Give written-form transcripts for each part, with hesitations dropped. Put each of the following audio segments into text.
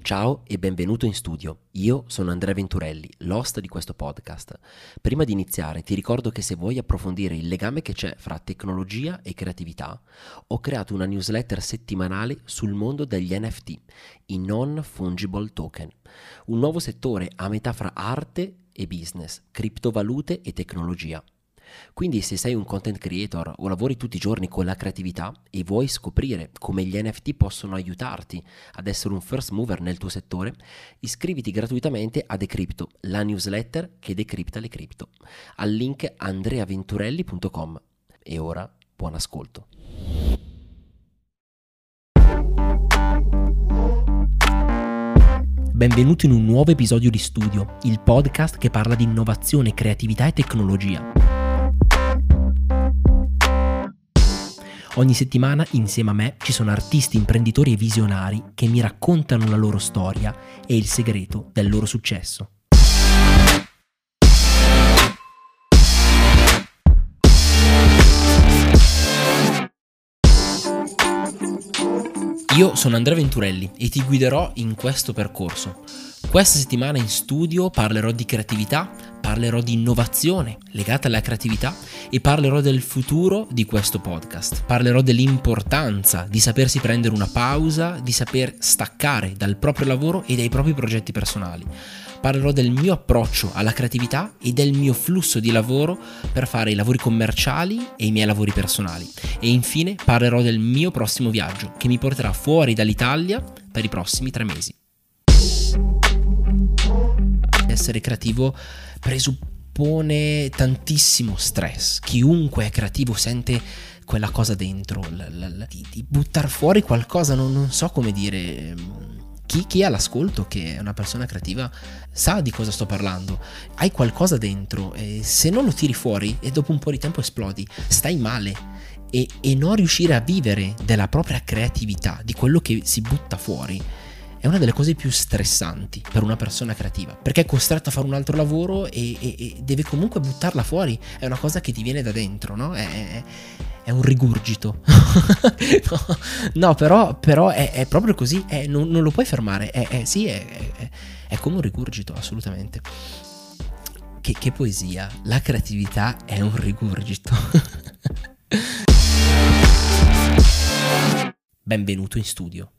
Ciao e benvenuto in studio. Io sono Andrea Venturelli, l'host di questo podcast. Prima di iniziare ti ricordo che se vuoi approfondire il legame che c'è fra tecnologia e creatività, ho creato una newsletter settimanale sul mondo degli NFT, i non fungible token, un nuovo settore a metà fra arte e business, criptovalute e tecnologia. Quindi se sei un content creator o lavori tutti i giorni con la creatività e vuoi scoprire come gli NFT possono aiutarti ad essere un first mover nel tuo settore, iscriviti gratuitamente a Decrypto, la newsletter che decripta le cripto, al link andreaventurelli.com. E ora buon ascolto. Benvenuto in un nuovo episodio di Studio, il podcast che parla di innovazione, creatività e tecnologia. Ogni settimana insieme a me ci sono artisti, imprenditori e visionari che mi raccontano la loro storia e il segreto del loro successo. Io sono Andrea Venturelli e ti guiderò in questo percorso. Questa settimana in studio parlerò di creatività, parlerò di innovazione legata alla creatività e parlerò del futuro di questo podcast. Parlerò dell'importanza di sapersi prendere una pausa, di saper staccare dal proprio lavoro e dai propri progetti personali. Parlerò del mio approccio alla creatività e del mio flusso di lavoro per fare i lavori commerciali e i miei lavori personali. E infine parlerò del mio prossimo viaggio che mi porterà fuori dall'Italia per i prossimi 3 mesi. Essere creativo presuppone tantissimo stress. Chiunque è creativo sente quella cosa dentro, di buttare fuori qualcosa, non so come dire. Chi è all'ascolto, che è una persona creativa, sa di cosa sto parlando. Hai qualcosa dentro e se non lo tiri fuori e dopo un po' di tempo esplodi, stai male. E non riuscire a vivere della propria creatività, di quello che si butta fuori, è una delle cose più stressanti per una persona creativa, perché è costretto a fare un altro lavoro e deve comunque buttarla fuori. È una cosa che ti viene da dentro, no? È un rigurgito. No, però è proprio così, non lo puoi fermare. È come un rigurgito, assolutamente. Che poesia, la creatività è un rigurgito. Benvenuto in studio.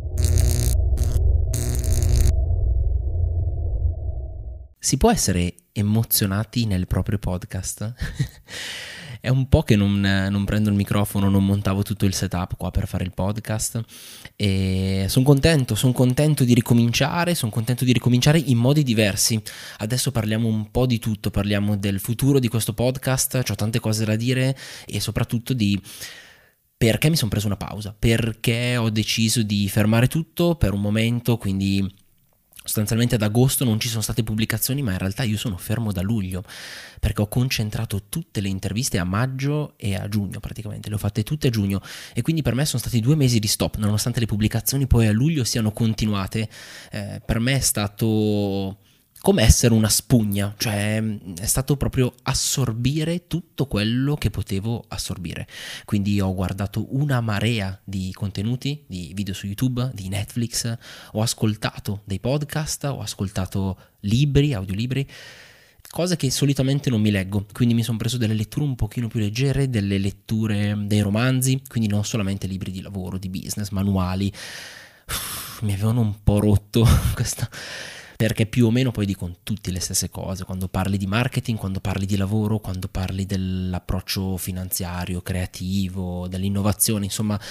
Si può essere emozionati nel proprio podcast? È un po' che non prendo il microfono, non montavo tutto il setup qua per fare il podcast e sono contento di ricominciare, in modi diversi. Adesso parliamo un po' di tutto, parliamo del futuro di questo podcast, ho tante cose da dire e soprattutto di perché mi sono preso una pausa, perché ho deciso di fermare tutto per un momento, quindi sostanzialmente ad agosto non ci sono state pubblicazioni, ma in realtà io sono fermo da luglio perché ho concentrato tutte le interviste a maggio e a giugno, praticamente le ho fatte tutte a giugno e quindi per me sono stati 2 mesi di stop, nonostante le pubblicazioni poi a luglio siano continuate. Per me è stato come essere una spugna, cioè è stato proprio assorbire tutto quello che potevo assorbire. Quindi ho guardato una marea di contenuti, di video su YouTube, di Netflix, ho ascoltato dei podcast, ho ascoltato libri, audiolibri, cose che solitamente non mi leggo, quindi mi sono preso delle letture un pochino più leggere, delle letture dei romanzi, quindi non solamente libri di lavoro, di business, manuali. Mi avevano un po' rotto questa, perché più o meno poi dicono tutte le stesse cose quando parli di marketing, quando parli di lavoro, quando parli dell'approccio finanziario, creativo, dell'innovazione, insomma.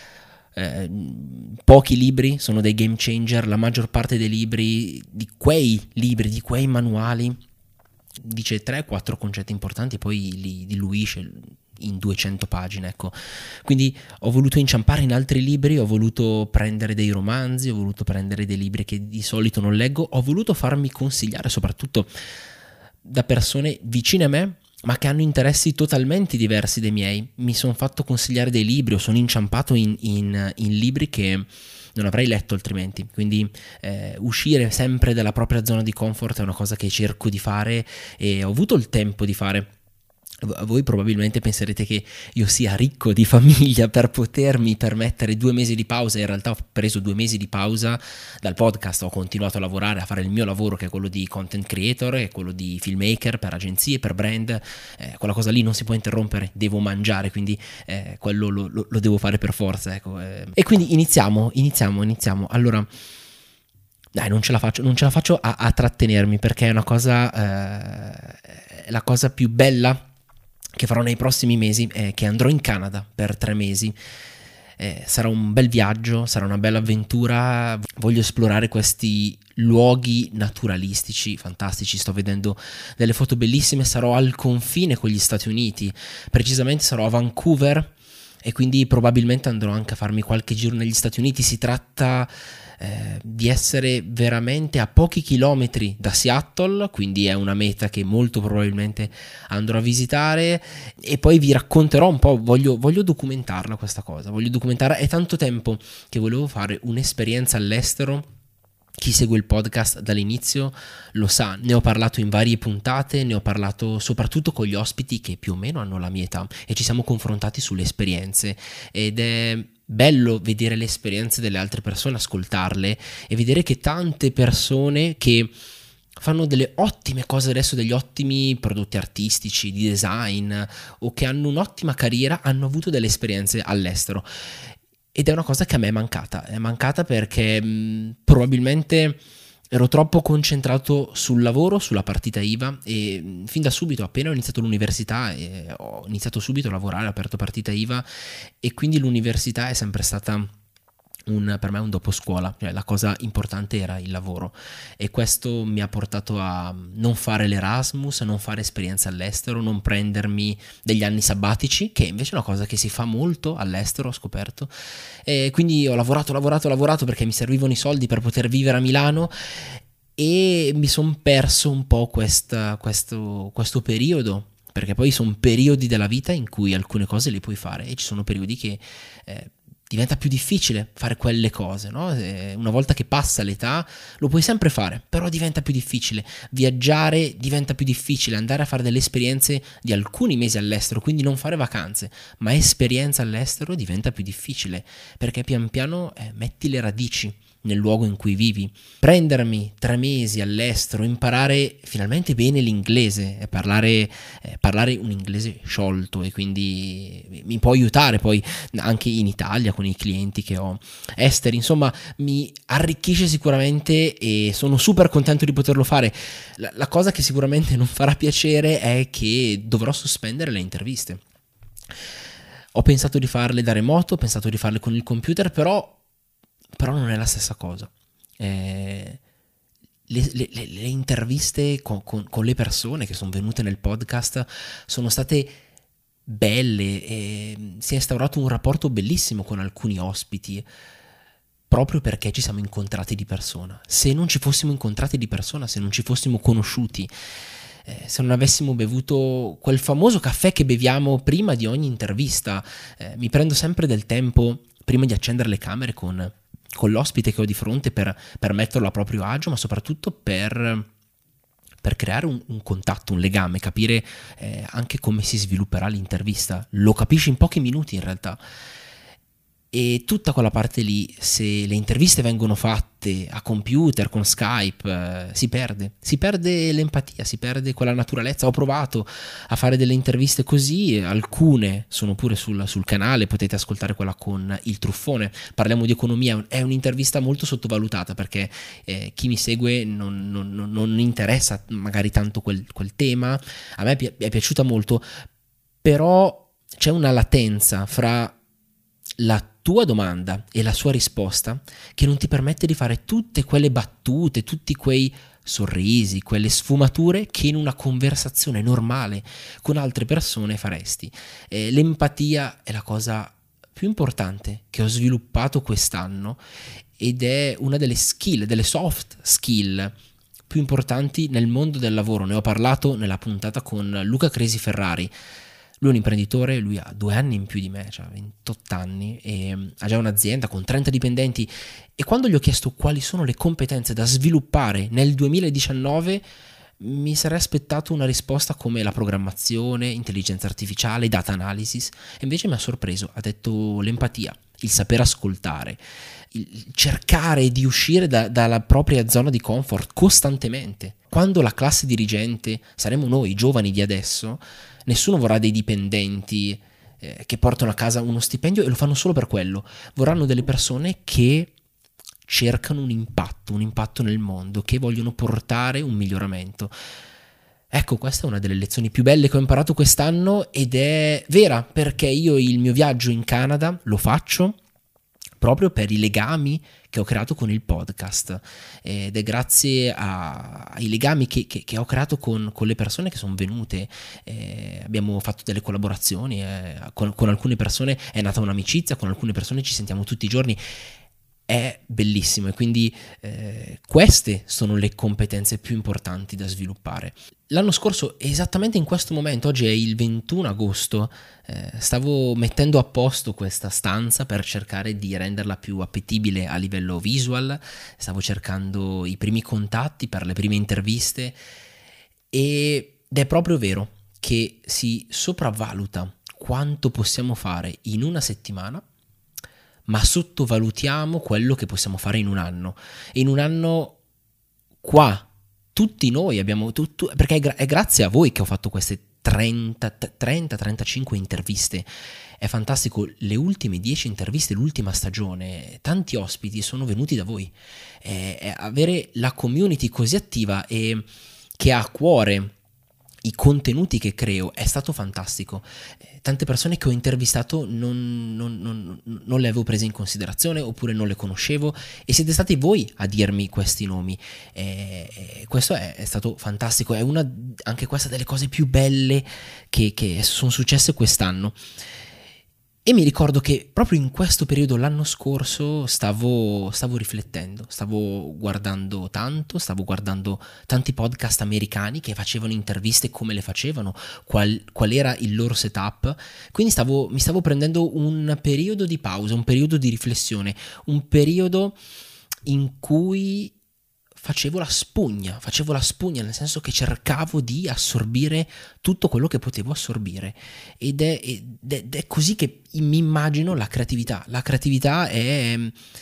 Pochi libri sono dei game changer, la maggior parte dei libri, di quei manuali, dice 3-4 concetti importanti e poi li diluisce in 200 pagine, ecco. Quindi ho voluto inciampare in altri libri, ho voluto prendere dei romanzi, ho voluto prendere dei libri che di solito non leggo, ho voluto farmi consigliare soprattutto da persone vicine a me ma che hanno interessi totalmente diversi dai miei. Mi sono fatto consigliare dei libri o sono inciampato in libri che non avrei letto altrimenti, quindi uscire sempre dalla propria zona di comfort è una cosa che cerco di fare e ho avuto il tempo di fare. Voi probabilmente penserete che io sia ricco di famiglia per potermi permettere 2 mesi di pausa. In realtà ho preso 2 mesi di pausa dal podcast, ho continuato a lavorare, a fare il mio lavoro, che è quello di content creator, che è quello di filmmaker per agenzie, per brand. Quella cosa lì non si può interrompere, devo mangiare, quindi quello lo devo fare per forza, ecco. E quindi iniziamo. Allora, dai, non ce la faccio a trattenermi, perché è una cosa, la cosa più bella che farò nei prossimi mesi è che andrò in Canada per 3 mesi. Sarà un bel viaggio, sarà una bella avventura. Voglio esplorare questi luoghi naturalistici fantastici. Sto vedendo delle foto bellissime. Sarò al confine con gli Stati Uniti, precisamente sarò a Vancouver, e quindi probabilmente andrò anche a farmi qualche giro negli Stati Uniti. Si tratta di essere veramente a pochi chilometri da Seattle, quindi è una meta che molto probabilmente andrò a visitare, e poi vi racconterò un po'. Voglio documentarla questa cosa, è tanto tempo che volevo fare un'esperienza all'estero. Chi segue il podcast dall'inizio lo sa, ne ho parlato in varie puntate, ne ho parlato soprattutto con gli ospiti che più o meno hanno la mia età, e ci siamo confrontati sulle esperienze, ed è bello vedere le esperienze delle altre persone, ascoltarle e vedere che tante persone che fanno delle ottime cose adesso, degli ottimi prodotti artistici, di design, o che hanno un'ottima carriera, hanno avuto delle esperienze all'estero. Ed è una cosa che a me è mancata perché probabilmente ero troppo concentrato sul lavoro, sulla partita IVA, e fin da subito, appena ho iniziato l'università, ho iniziato subito a lavorare, ho aperto partita IVA, e quindi l'università è sempre stata per me un dopo scuola, cioè la cosa importante era il lavoro, e questo mi ha portato a non fare l'Erasmus, a non fare esperienze all'estero, non prendermi degli anni sabbatici, che invece è una cosa che si fa molto all'estero, ho scoperto. E quindi ho lavorato perché mi servivano i soldi per poter vivere a Milano, e mi sono perso un po' questo periodo, perché poi sono periodi della vita in cui alcune cose le puoi fare, e ci sono periodi che diventa più difficile fare quelle cose, no? Una volta che passa l'età lo puoi sempre fare, però diventa più difficile. Viaggiare diventa più difficile, andare a fare delle esperienze di alcuni mesi all'estero, quindi non fare vacanze, ma esperienza all'estero diventa più difficile, perché pian piano metti le radici nel luogo in cui vivi. Prendermi 3 mesi all'estero, imparare finalmente bene l'inglese e parlare un inglese sciolto, e quindi mi può aiutare poi anche in Italia con i clienti che ho esteri. Insomma, mi arricchisce sicuramente, e sono super contento di poterlo fare. La cosa che sicuramente non farà piacere è che dovrò sospendere le interviste. Ho pensato di farle da remoto, ho pensato di farle con il computer, però non è la stessa cosa. Le interviste con le persone che sono venute nel podcast sono state belle, e si è instaurato un rapporto bellissimo con alcuni ospiti, proprio perché ci siamo incontrati di persona. Se non ci fossimo incontrati di persona, se non ci fossimo conosciuti, se non avessimo bevuto quel famoso caffè che beviamo prima di ogni intervista, mi prendo sempre del tempo prima di accendere le camere con l'ospite che ho di fronte per metterlo a proprio agio, ma soprattutto per creare un contatto, un legame, capire anche come si svilupperà l'intervista. Lo capisci in pochi minuti in realtà. E tutta quella parte lì, se le interviste vengono fatte a computer, con Skype, si perde l'empatia, si perde quella naturalezza. Ho provato a fare delle interviste così, alcune sono pure sul canale, potete ascoltare quella con il Truffone, parliamo di economia. È un'intervista molto sottovalutata, perché chi mi segue non interessa magari tanto quel tema. A me è piaciuta molto, però c'è una latenza fra la tua domanda e la sua risposta che non ti permette di fare tutte quelle battute, tutti quei sorrisi, quelle sfumature che in una conversazione normale con altre persone faresti. L'empatia è la cosa più importante che ho sviluppato quest'anno, ed è una delle skill, delle soft skill più importanti nel mondo del lavoro. Ne ho parlato nella puntata con Luca Cresi Ferrari. Lui è un imprenditore, lui ha 2 anni in più di me, cioè 28 anni, e ha già un'azienda con 30 dipendenti, e quando gli ho chiesto quali sono le competenze da sviluppare nel 2019 mi sarei aspettato una risposta come la programmazione, intelligenza artificiale, data analysis, e invece mi ha sorpreso, ha detto l'empatia, il saper ascoltare, il cercare di uscire dalla propria zona di comfort costantemente. Quando la classe dirigente saremo noi, i giovani di adesso, nessuno vorrà dei dipendenti che portano a casa uno stipendio e lo fanno solo per quello. Vorranno delle persone che cercano un impatto nel mondo, che vogliono portare un miglioramento. Ecco, questa è una delle lezioni più belle che ho imparato quest'anno ed è vera, perché io il mio viaggio in Canada lo faccio proprio per i legami che ho creato con il podcast, ed è grazie ai legami che ho creato con le persone che sono venute. Abbiamo fatto delle collaborazioni, con alcune persone è nata un'amicizia, con alcune persone ci sentiamo tutti i giorni. È bellissimo, e quindi queste sono le competenze più importanti da sviluppare. L'anno scorso, esattamente in questo momento, oggi è il 21 agosto, stavo mettendo a posto questa stanza per cercare di renderla più appetibile a livello visual, stavo cercando i primi contatti per le prime interviste, ed è proprio vero che si sopravvaluta quanto possiamo fare in una settimana, ma sottovalutiamo quello che possiamo fare in un anno. E in un anno qua tutti noi abbiamo perché è grazie a voi che ho fatto queste 30-35 interviste. È fantastico, le ultime 10 interviste, l'ultima stagione, tanti ospiti sono venuti da voi. Avere la community così attiva e che ha a cuore i contenuti che creo è stato fantastico. Tante persone che ho intervistato non le avevo prese in considerazione, oppure non le conoscevo, e siete stati voi a dirmi questi nomi. Questo è stato fantastico, è una anche questa delle cose più belle che sono successe quest'anno. E mi ricordo che proprio in questo periodo l'anno scorso stavo riflettendo, stavo guardando tanti podcast americani che facevano interviste, come le facevano, qual era il loro setup. Quindi mi stavo prendendo un periodo di pausa, un periodo di riflessione, un periodo in cui facevo la spugna, nel senso che cercavo di assorbire tutto quello che potevo assorbire, ed è così che mi immagino la creatività. La creatività è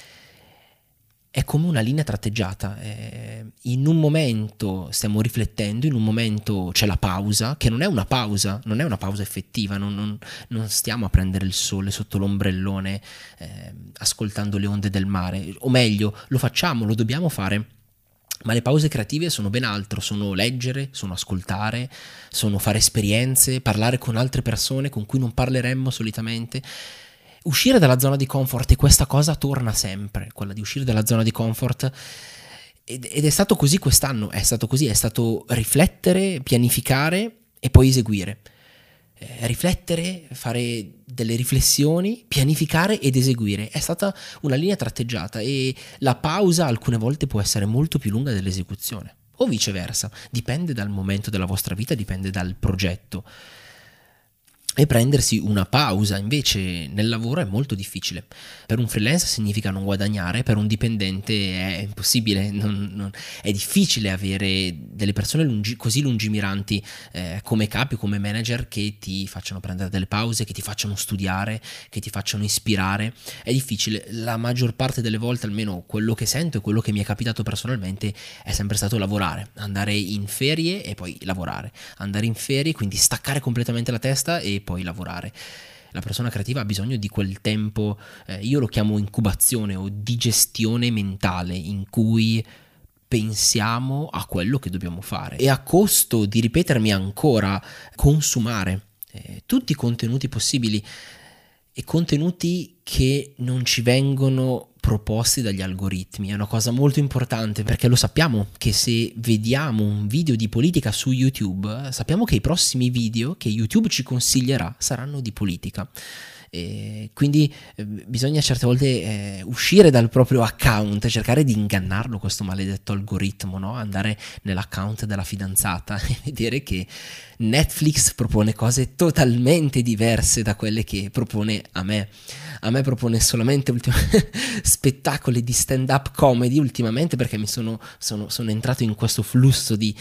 come una linea tratteggiata. In un momento stiamo riflettendo, in un momento c'è la pausa, che non è una pausa effettiva, non stiamo a prendere il sole sotto l'ombrellone ascoltando le onde del mare, o meglio, lo facciamo, lo dobbiamo fare. Ma le pause creative sono ben altro, sono leggere, sono ascoltare, sono fare esperienze, parlare con altre persone con cui non parleremmo solitamente. Uscire dalla zona di comfort, e questa cosa torna sempre, quella di uscire dalla zona di comfort, ed è stato così quest'anno, è stato riflettere, pianificare e poi eseguire. Riflettere, fare delle riflessioni, pianificare ed eseguire. È stata una linea tratteggiata, e la pausa alcune volte può essere molto più lunga dell'esecuzione, o viceversa, dipende dal momento della vostra vita, dipende dal progetto. E prendersi una pausa invece nel lavoro è molto difficile. Per un freelance significa non guadagnare, per un dipendente è impossibile, è difficile avere delle persone così lungimiranti come capi, come manager, che ti facciano prendere delle pause, che ti facciano studiare, che ti facciano ispirare. È difficile. La maggior parte delle volte, almeno quello che sento e quello che mi è capitato personalmente, è sempre stato lavorare, andare in ferie e poi lavorare, andare in ferie, quindi staccare completamente la testa e poi lavorare. La persona creativa ha bisogno di quel tempo, io lo chiamo incubazione o digestione mentale, in cui pensiamo a quello che dobbiamo fare, e a costo di ripetermi ancora, consumare tutti i contenuti possibili, e contenuti che non ci vengono proposti dagli algoritmi. È una cosa molto importante, perché lo sappiamo che se vediamo un video di politica su YouTube, sappiamo che i prossimi video che YouTube ci consiglierà saranno di politica. E quindi bisogna certe volte uscire dal proprio account, cercare di ingannarlo questo maledetto algoritmo, no? Andare nell'account della fidanzata e vedere che Netflix propone cose totalmente diverse da quelle che propone a me. A me propone solamente spettacoli di stand-up comedy ultimamente, perché sono entrato in questo flusso di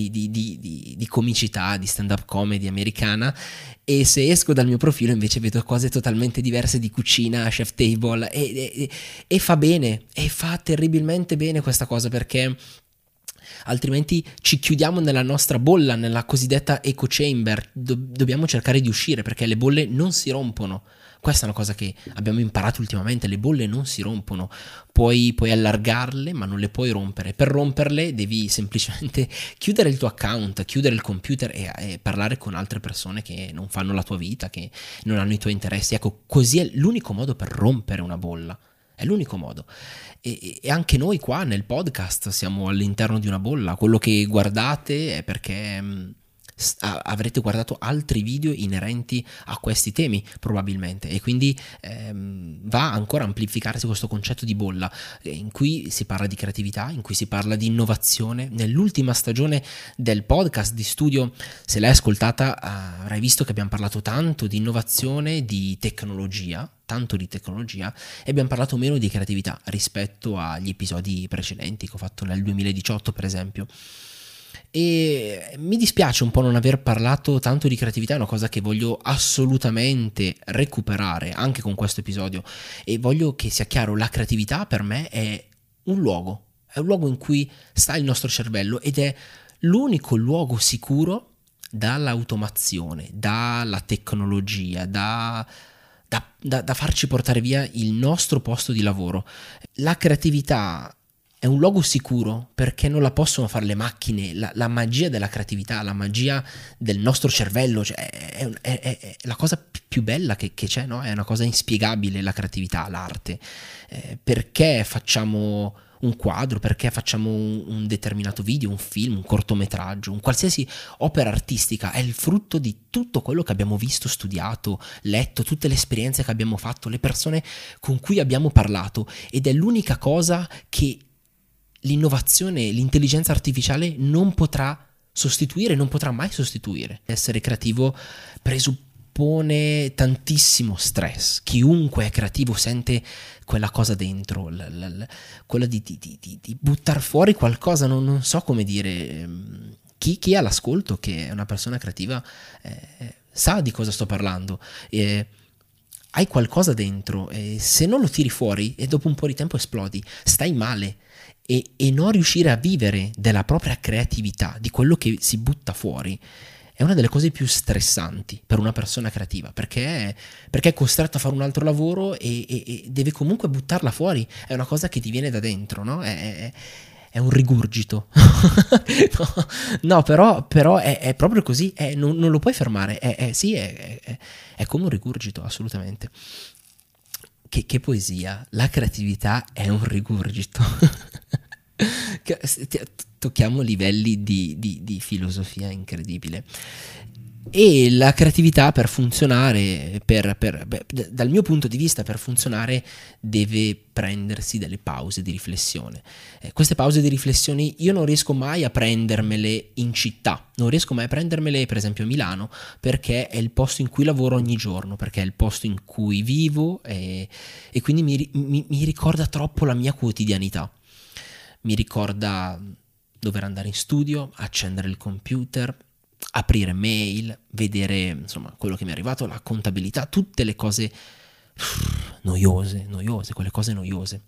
comicità, di stand-up comedy americana, e se esco dal mio profilo invece vedo cose totalmente diverse di cucina, chef table, e fa bene, e fa terribilmente bene questa cosa, perché altrimenti ci chiudiamo nella nostra bolla, nella cosiddetta echo chamber. Dobbiamo cercare di uscire, perché le bolle non si rompono. Questa è una cosa che abbiamo imparato ultimamente: le bolle non si rompono. Puoi allargarle, ma non le puoi rompere. Per romperle devi semplicemente chiudere il tuo account, chiudere il computer e parlare con altre persone che non fanno la tua vita, che non hanno i tuoi interessi. Ecco, così è l'unico modo per rompere una bolla. È l'unico modo. E anche noi qua nel podcast siamo all'interno di una bolla. Quello che guardate è perché avrete guardato altri video inerenti a questi temi probabilmente, e quindi va ancora a amplificarsi questo concetto di bolla, in cui si parla di creatività, in cui si parla di innovazione. Nell'ultima stagione del podcast di studio, se l'hai ascoltata, avrai visto che abbiamo parlato tanto di innovazione, di tecnologia, tanto di tecnologia, e abbiamo parlato meno di creatività rispetto agli episodi precedenti che ho fatto nel 2018 per esempio. E mi dispiace un po' non aver parlato tanto di creatività, è una cosa che voglio assolutamente recuperare anche con questo episodio, e voglio che sia chiaro: la creatività per me è un luogo in cui sta il nostro cervello, ed è l'unico luogo sicuro dall'automazione, dalla tecnologia, da farci portare via il nostro posto di lavoro. La creatività è un luogo sicuro perché non la possono fare le macchine. La magia della creatività, la magia del nostro cervello, cioè è la cosa più bella che c'è, no? È una cosa inspiegabile, la creatività, l'arte. Perché facciamo un quadro, perché facciamo un determinato video, un film, un cortometraggio, un qualsiasi opera artistica? È il frutto di tutto quello che abbiamo visto, studiato, letto, tutte le esperienze che abbiamo fatto, le persone con cui abbiamo parlato, ed è l'unica cosa che l'innovazione, l'intelligenza artificiale non potrà sostituire, non potrà mai sostituire. Essere creativo presuppone tantissimo stress. Chiunque è creativo sente quella cosa dentro, quella di buttar fuori qualcosa, non so come dire. Chi ha l'ascolto, che è una persona creativa, sa di cosa sto parlando. Hai qualcosa dentro, e se non lo tiri fuori e dopo un po' di tempo esplodi, stai male. E non riuscire a vivere della propria creatività, di quello che si butta fuori, è una delle cose più stressanti per una persona creativa, perché è costretta a fare un altro lavoro e deve comunque buttarla fuori. È una cosa che ti viene da dentro, no? È un rigurgito. No, però è proprio così, non lo puoi fermare. Sì, è come un rigurgito, assolutamente. Che poesia, la creatività è un rigurgito. Tocchiamo livelli di filosofia incredibile. E la creatività, per funzionare, dal mio punto di vista, per funzionare, deve prendersi delle pause di riflessione. Queste pause di riflessione io non riesco mai a prendermele in città, non riesco mai a prendermele per esempio a Milano, perché è il posto in cui lavoro ogni giorno, perché è il posto in cui vivo, e quindi mi ricorda troppo la mia quotidianità. Mi ricorda dover andare in studio, accendere il computer, aprire mail, vedere insomma quello che mi è arrivato, la contabilità, tutte le cose noiose, quelle cose noiose.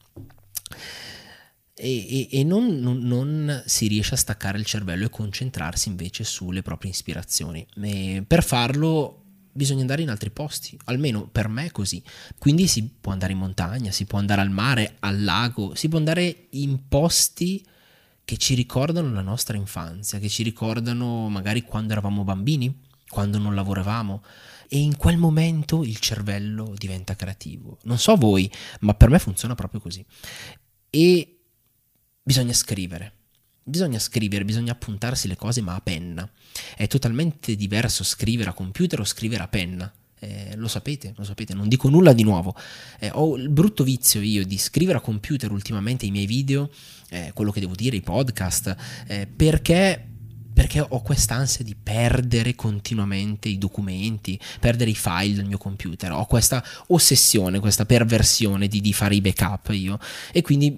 E non si riesce a staccare il cervello e concentrarsi invece sulle proprie ispirazioni. E per farlo bisogna andare in altri posti, almeno per me è così. Quindi si può andare in montagna, si può andare al mare, al lago, si può andare in posti che ci ricordano la nostra infanzia, che ci ricordano magari quando eravamo bambini, quando non lavoravamo, e in quel momento il cervello diventa creativo. Non so voi, ma per me funziona proprio così. E bisogna scrivere, bisogna appuntarsi le cose, ma a penna. È totalmente diverso scrivere a computer o scrivere a penna. Lo sapete, non dico nulla di nuovo. Ho il brutto vizio io di scrivere a computer ultimamente i miei video, quello che devo dire, i podcast, perché ho quest'ansia di perdere continuamente i documenti, perdere i file del mio computer. Ho questa ossessione, questa perversione di fare i backup io, e quindi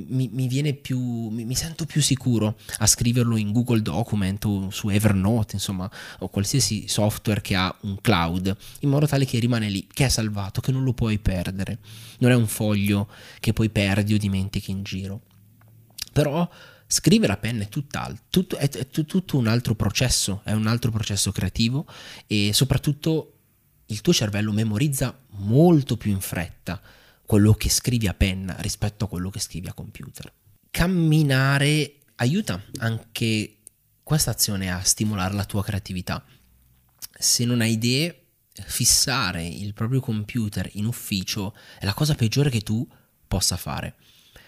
mi sento più sicuro a scriverlo in Google Document o su Evernote, insomma, o qualsiasi software che ha un cloud, in modo tale che rimane lì, che è salvato, che non lo puoi perdere. Non è un foglio che poi perdi o dimentichi in giro. Però scrivere a penna è tutt'altro, è tutto un altro processo, è un altro processo creativo, e soprattutto il tuo cervello memorizza molto più in fretta quello che scrivi a penna rispetto a quello che scrivi a computer. Camminare aiuta anche questa azione a stimolare la tua creatività. Se non hai idee, fissare il proprio computer in ufficio è la cosa peggiore che tu possa fare,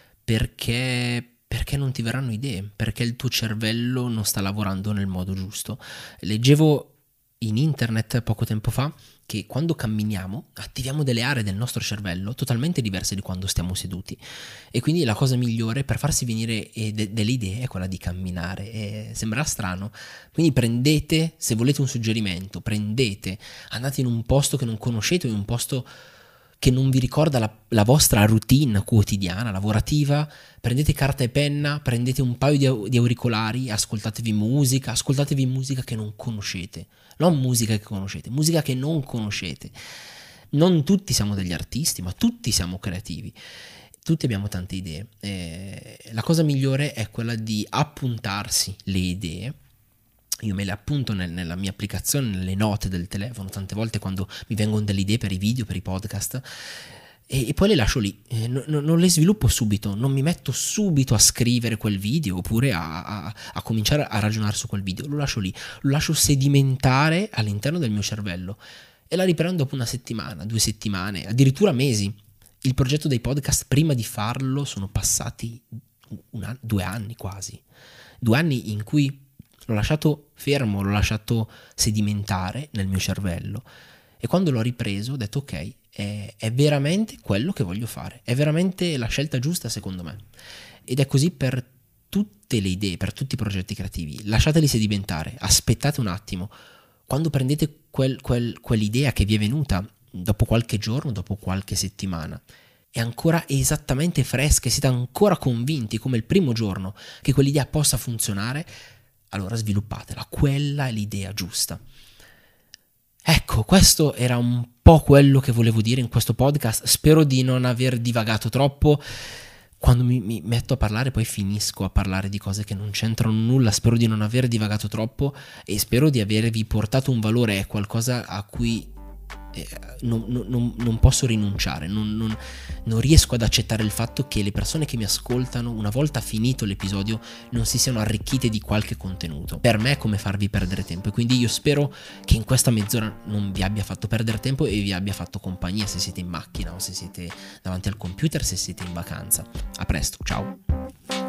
perché non ti verranno idee, perché il tuo cervello non sta lavorando nel modo giusto. Leggevo in internet poco tempo fa che quando camminiamo attiviamo delle aree del nostro cervello totalmente diverse di quando stiamo seduti, e quindi la cosa migliore per farsi venire delle idee è quella di camminare. E sembrerà strano, quindi prendete, se volete un suggerimento, andate in un posto che non conoscete, in un posto che non vi ricorda la vostra routine quotidiana, lavorativa. Prendete carta e penna, prendete un paio di auricolari, ascoltatevi musica che non conoscete, non musica che conoscete, musica che non conoscete. Non tutti siamo degli artisti, ma tutti siamo creativi, tutti abbiamo tante idee. La cosa migliore è quella di appuntarsi le idee. Io me le appunto nella mia applicazione, nelle note del telefono, tante volte quando mi vengono delle idee per i video, per i podcast, e poi le lascio lì. Non le sviluppo subito, non mi metto subito a scrivere quel video oppure a cominciare a ragionare su quel video. Lo lascio lì, lo lascio sedimentare all'interno del mio cervello, e la riprendo dopo 1 settimana, 2 settimane, addirittura mesi. Il progetto dei podcast, prima di farlo, sono passati 2 anni quasi, 2 anni in cui l'ho lasciato fermo, l'ho lasciato sedimentare nel mio cervello, e quando l'ho ripreso ho detto ok, è veramente quello che voglio fare, è veramente la scelta giusta secondo me. Ed è così per tutte le idee, per tutti i progetti creativi. Lasciateli sedimentare, aspettate un attimo. Quando prendete quell'idea che vi è venuta dopo qualche giorno, dopo qualche settimana, è ancora esattamente fresca e siete ancora convinti come il primo giorno che quell'idea possa funzionare, allora sviluppatela, quella è l'idea giusta. Ecco, questo era un po' quello che volevo dire in questo podcast. Spero di non aver divagato troppo. Quando mi metto a parlare poi finisco a parlare di cose che non c'entrano nulla. Spero di non aver divagato troppo e spero di avervi portato un valore, qualcosa a cui non posso rinunciare. Non riesco ad accettare il fatto che le persone che mi ascoltano, una volta finito l'episodio, non si siano arricchite di qualche contenuto. Per me è come farvi perdere tempo, e quindi io spero che in questa mezz'ora non vi abbia fatto perdere tempo e vi abbia fatto compagnia, se siete in macchina o se siete davanti al computer, se siete in vacanza. A presto, ciao.